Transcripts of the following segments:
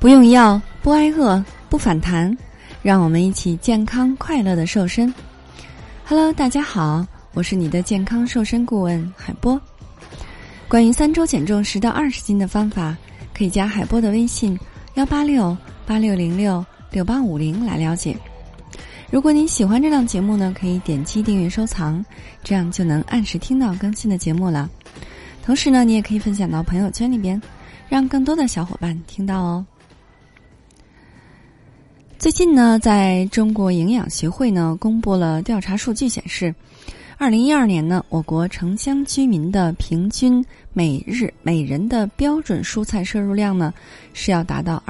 不用药，不挨饿，不反弹，让我们一起健康快乐的瘦身。Hello， 大家好，我是你的健康瘦身顾问海波。关于3周减重10到20斤的方法，可以加海波的微信18686066850来了解。如果您喜欢这档节目呢，可以点击订阅收藏，这样就能按时听到更新的节目了。同时呢，你也可以分享到朋友圈里边，让更多的小伙伴听到哦。最近呢，在中国营养协会呢公布了调查数据显示，2012年呢，我国城乡居民的平均每人的标准蔬菜摄入量呢是要达到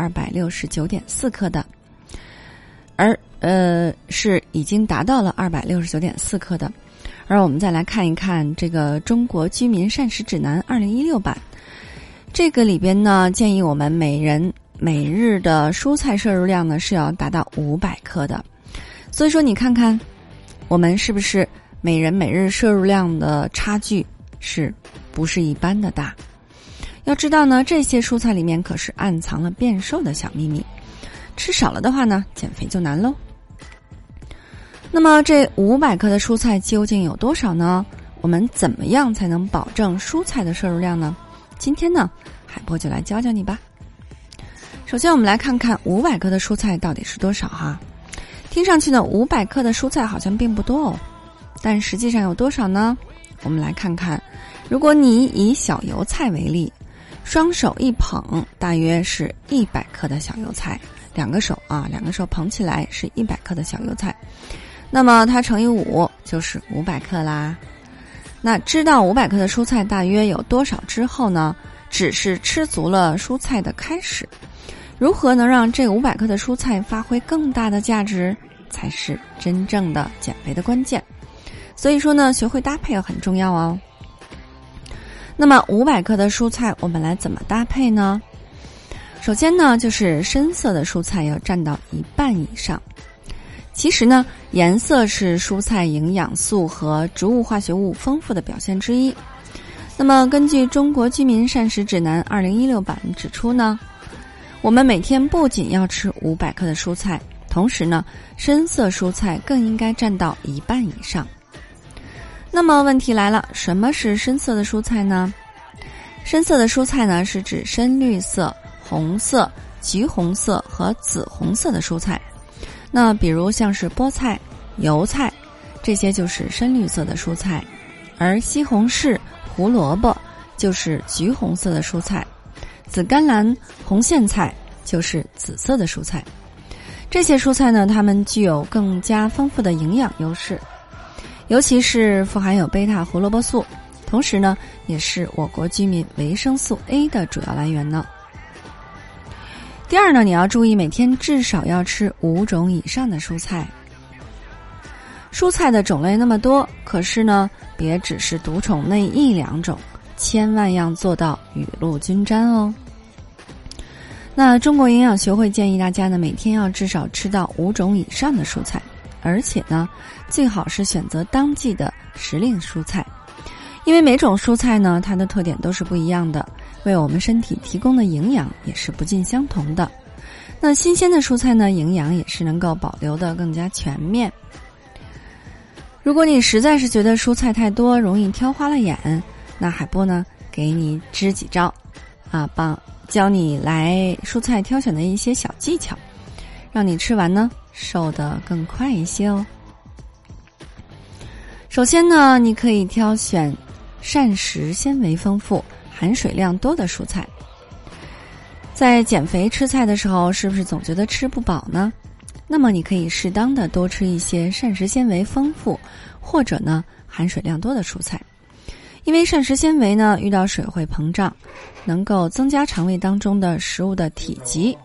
269.4克的，而是已经达到了269.4克的。而我们再来看一看这个中国居民膳食指南2016版，这个里边呢建议我们每日的蔬菜摄入量呢是要达到500克的。所以说你看看我们是不是每日摄入量的差距是不是一般的大。要知道呢，这些蔬菜里面可是暗藏了变瘦的小秘密，吃少了的话呢，减肥就难喽。那么这500克的蔬菜究竟有多少呢？我们怎么样才能保证蔬菜的摄入量呢？今天呢，海波就来教教你吧。首先我们来看看500克的蔬菜到底是多少哈。听上去呢，500克的蔬菜好像并不多哦，但实际上有多少呢？我们来看看，如果你以小油菜为例，双手一捧大约是100克的小油菜，两个手捧起来是100克的小油菜，那么它乘以5就是500克啦。那知道500克的蔬菜大约有多少之后呢，只是吃足了蔬菜的开始。如何能让这500克的蔬菜发挥更大的价值，才是真正的减肥的关键。所以说呢，学会搭配很重要哦。那么500克的蔬菜我们来怎么搭配呢？首先呢，就是深色的蔬菜要占到1半以上。其实呢，颜色是蔬菜营养素和植物化学物丰富的表现之一。那么根据中国居民膳食指南2016版指出呢，我们每天不仅要吃500克的蔬菜，同时呢，深色蔬菜更应该占到1半以上。那么问题来了，什么是深色的蔬菜呢？深色的蔬菜呢，是指深绿色、红色、橘红色和紫红色的蔬菜。那比如像是菠菜、油菜，这些就是深绿色的蔬菜，而西红柿、胡萝卜就是橘红色的蔬菜，紫甘蓝、红苋菜就是紫色的蔬菜。这些蔬菜呢，它们具有更加丰富的营养优势，尤其是富含有贝塔胡萝卜素，同时呢，也是我国居民维生素 A 的主要来源呢。第二呢，你要注意每天至少要吃5种以上的蔬菜。蔬菜的种类那么多，可是呢，别只是独宠那1-2种，千万要做到雨露均沾哦。那中国营养学会建议大家呢，每天要至少吃到5种以上的蔬菜，而且呢，最好是选择当季的时令蔬菜，因为每种蔬菜呢，它的特点都是不一样的，为我们身体提供的营养也是不尽相同的。那新鲜的蔬菜呢，营养也是能够保留的更加全面。如果你实在是觉得蔬菜太多，容易挑花了眼，那海波呢，给你支几招教你来蔬菜挑选的一些小技巧，让你吃完呢瘦得更快一些哦。首先呢，你可以挑选膳食纤维丰富、含水量多的蔬菜。在减肥吃菜的时候，是不是总觉得吃不饱呢？那么你可以适当的多吃一些膳食纤维丰富或者呢含水量多的蔬菜。因为膳食纤维呢遇到水会膨胀，能够增加肠胃当中的食物的体积，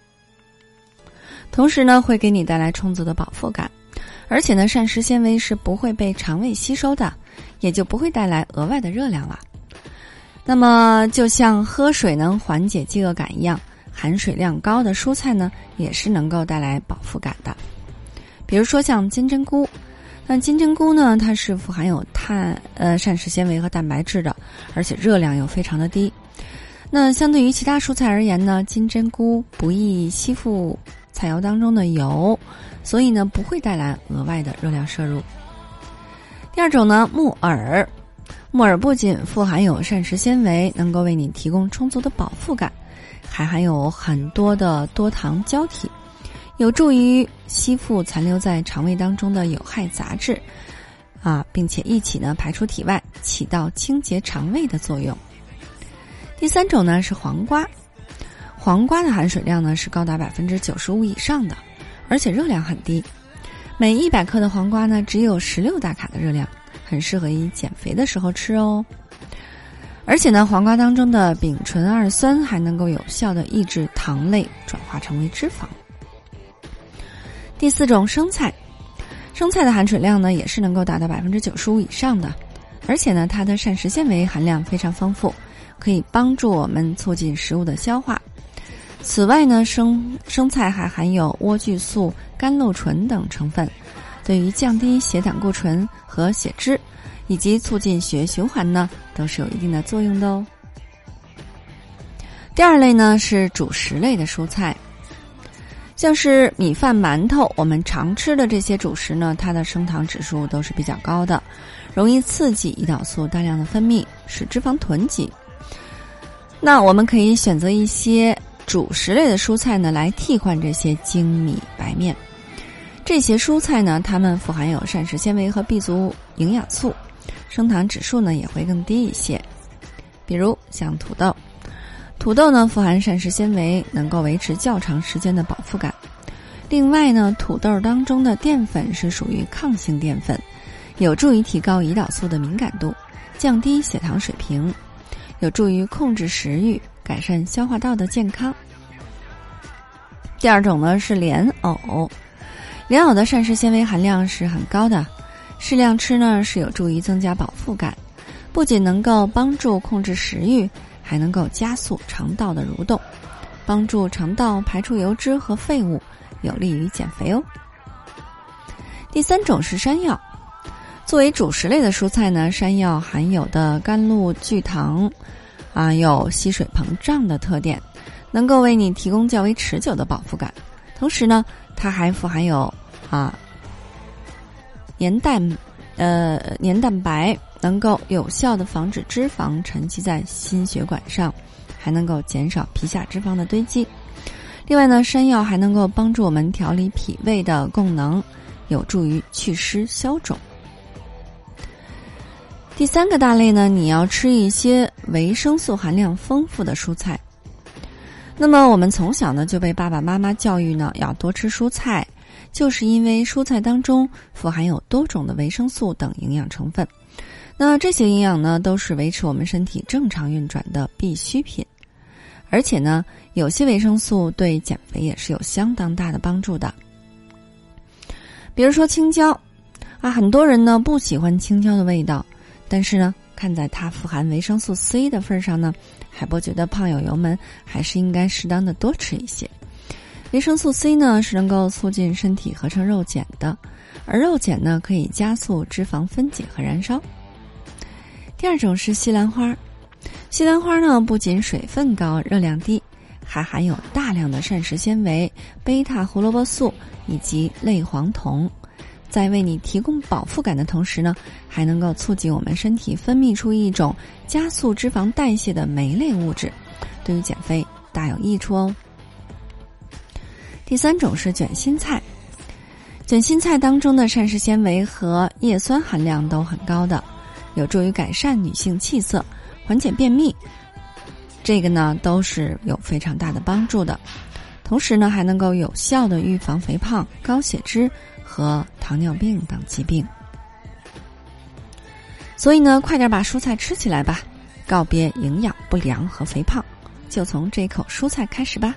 同时呢会给你带来充足的饱腹感，而且呢膳食纤维是不会被肠胃吸收的，也就不会带来额外的热量了。那么就像喝水能缓解饥饿感一样，含水量高的蔬菜呢也是能够带来饱腹感的。比如说像金针菇，那金针菇呢，它是富含有膳食纤维和蛋白质的，而且热量又非常的低。 那相对于其他蔬菜而言呢，金针菇不易吸附菜肴当中的油，所以呢不会带来额外的热量摄入。第二种呢，木耳。木耳不仅富含有膳食纤维，能够为你提供充足的饱腹感，还含有很多的多糖胶体，有助于吸附残留在肠胃当中的有害杂质并且一起呢排出体外，起到清洁肠胃的作用。第三种呢是黄瓜。黄瓜的含水量呢是高达 95% 以上的，而且热量很低。每100克的黄瓜呢只有16大卡的热量，很适合于减肥的时候吃哦。而且呢，黄瓜当中的丙醇二酸还能够有效的抑制糖类转化成为脂肪。第四种，生菜。生菜的含水量呢也是能够达到 95% 以上的，而且呢它的膳食纤维含量非常丰富，可以帮助我们促进食物的消化。此外呢，生菜还含有莴苣素、甘露醇等成分，对于降低血胆固醇和血脂，以及促进血液循环呢，都是有一定的作用的哦。第二类呢是主食类的蔬菜，像是米饭、馒头，我们常吃的这些主食呢，它的升糖指数都是比较高的，容易刺激胰岛素大量的分泌，使脂肪囤积。那我们可以选择一些主食类的蔬菜呢，来替换这些精米白面。这些蔬菜呢，它们富含有膳食纤维和 B 族营养素，升糖指数呢也会更低一些。比如像土豆，土豆呢富含膳食纤维，能够维持较长时间的饱腹感。另外呢，土豆当中的淀粉是属于抗性淀粉，有助于提高胰岛素的敏感度，降低血糖水平，有助于控制食欲，改善消化道的健康。第二种呢是莲藕。莲藕的膳食纤维含量是很高的，适量吃呢是有助于增加饱腹感，不仅能够帮助控制食欲，还能够加速肠道的蠕动，帮助肠道排出油脂和废物，有利于减肥哦。第三种是山药。作为主食类的蔬菜呢，山药含有的甘露聚糖有吸水膨胀的特点，能够为你提供较为持久的饱腹感。同时呢，它还富含有黏蛋白，能够有效的防止脂肪沉积在心血管上，还能够减少皮下脂肪的堆积。另外呢，山药还能够帮助我们调理脾胃的功能，有助于祛湿消肿。第三个大类呢，你要吃一些维生素含量丰富的蔬菜。那么我们从小呢就被爸爸妈妈教育呢要多吃蔬菜，就是因为蔬菜当中富含有多种的维生素等营养成分。那这些营养呢都是维持我们身体正常运转的必需品。而且呢，有些维生素对减肥也是有相当大的帮助的。比如说青椒很多人呢不喜欢青椒的味道，但是呢看在它富含维生素 C 的份上呢，海波觉得胖友友们还是应该适当的多吃一些。维生素 C 呢是能够促进身体合成肉碱的，而肉碱呢可以加速脂肪分解和燃烧。第二种是西兰花。西兰花呢不仅水分高、热量低，还含有大量的膳食纤维、贝塔胡萝卜素以及类黄酮，在为你提供饱腹感的同时呢，还能够促进我们身体分泌出一种加速脂肪代谢的酶类物质，对于减肥大有益处哦。第三种是卷心菜。卷心菜当中的膳食纤维和叶酸含量都很高的，有助于改善女性气色，缓解便秘，这个呢都是有非常大的帮助的。同时呢，还能够有效的预防肥胖、高血脂和糖尿病等疾病。所以呢，快点把蔬菜吃起来吧，告别营养不良和肥胖，就从这一口蔬菜开始吧。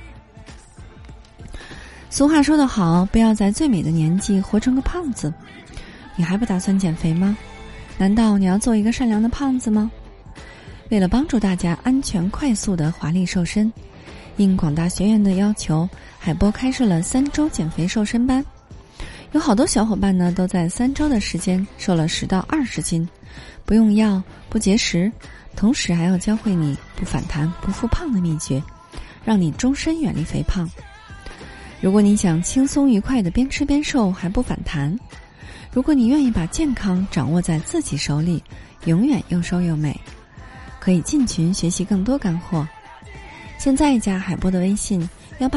俗话说得好，不要在最美的年纪活成个胖子。你还不打算减肥吗？难道你要做一个善良的胖子吗？为了帮助大家安全快速的华丽瘦身，应广大学员的要求，海波开设了3周减肥瘦身班。有好多小伙伴呢都在3周的时间瘦了10到20斤，不用药，不节食， 同时还要教会你不反弹、不复胖的秘诀，让你终身远离肥胖。如果你想轻松愉快的边吃边瘦还不反弹，如果你愿意把健康掌握在自己手里，永远又瘦又美，可以进群学习更多干货。现在加海波的微信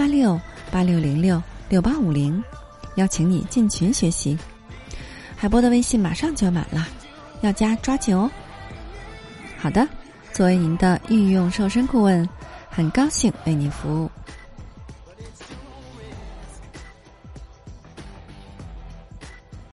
18686066850，邀请你进群学习。海波的微信马上就要满了，要加抓紧哦。好的，作为您的御用瘦身顾问，很高兴为您服务。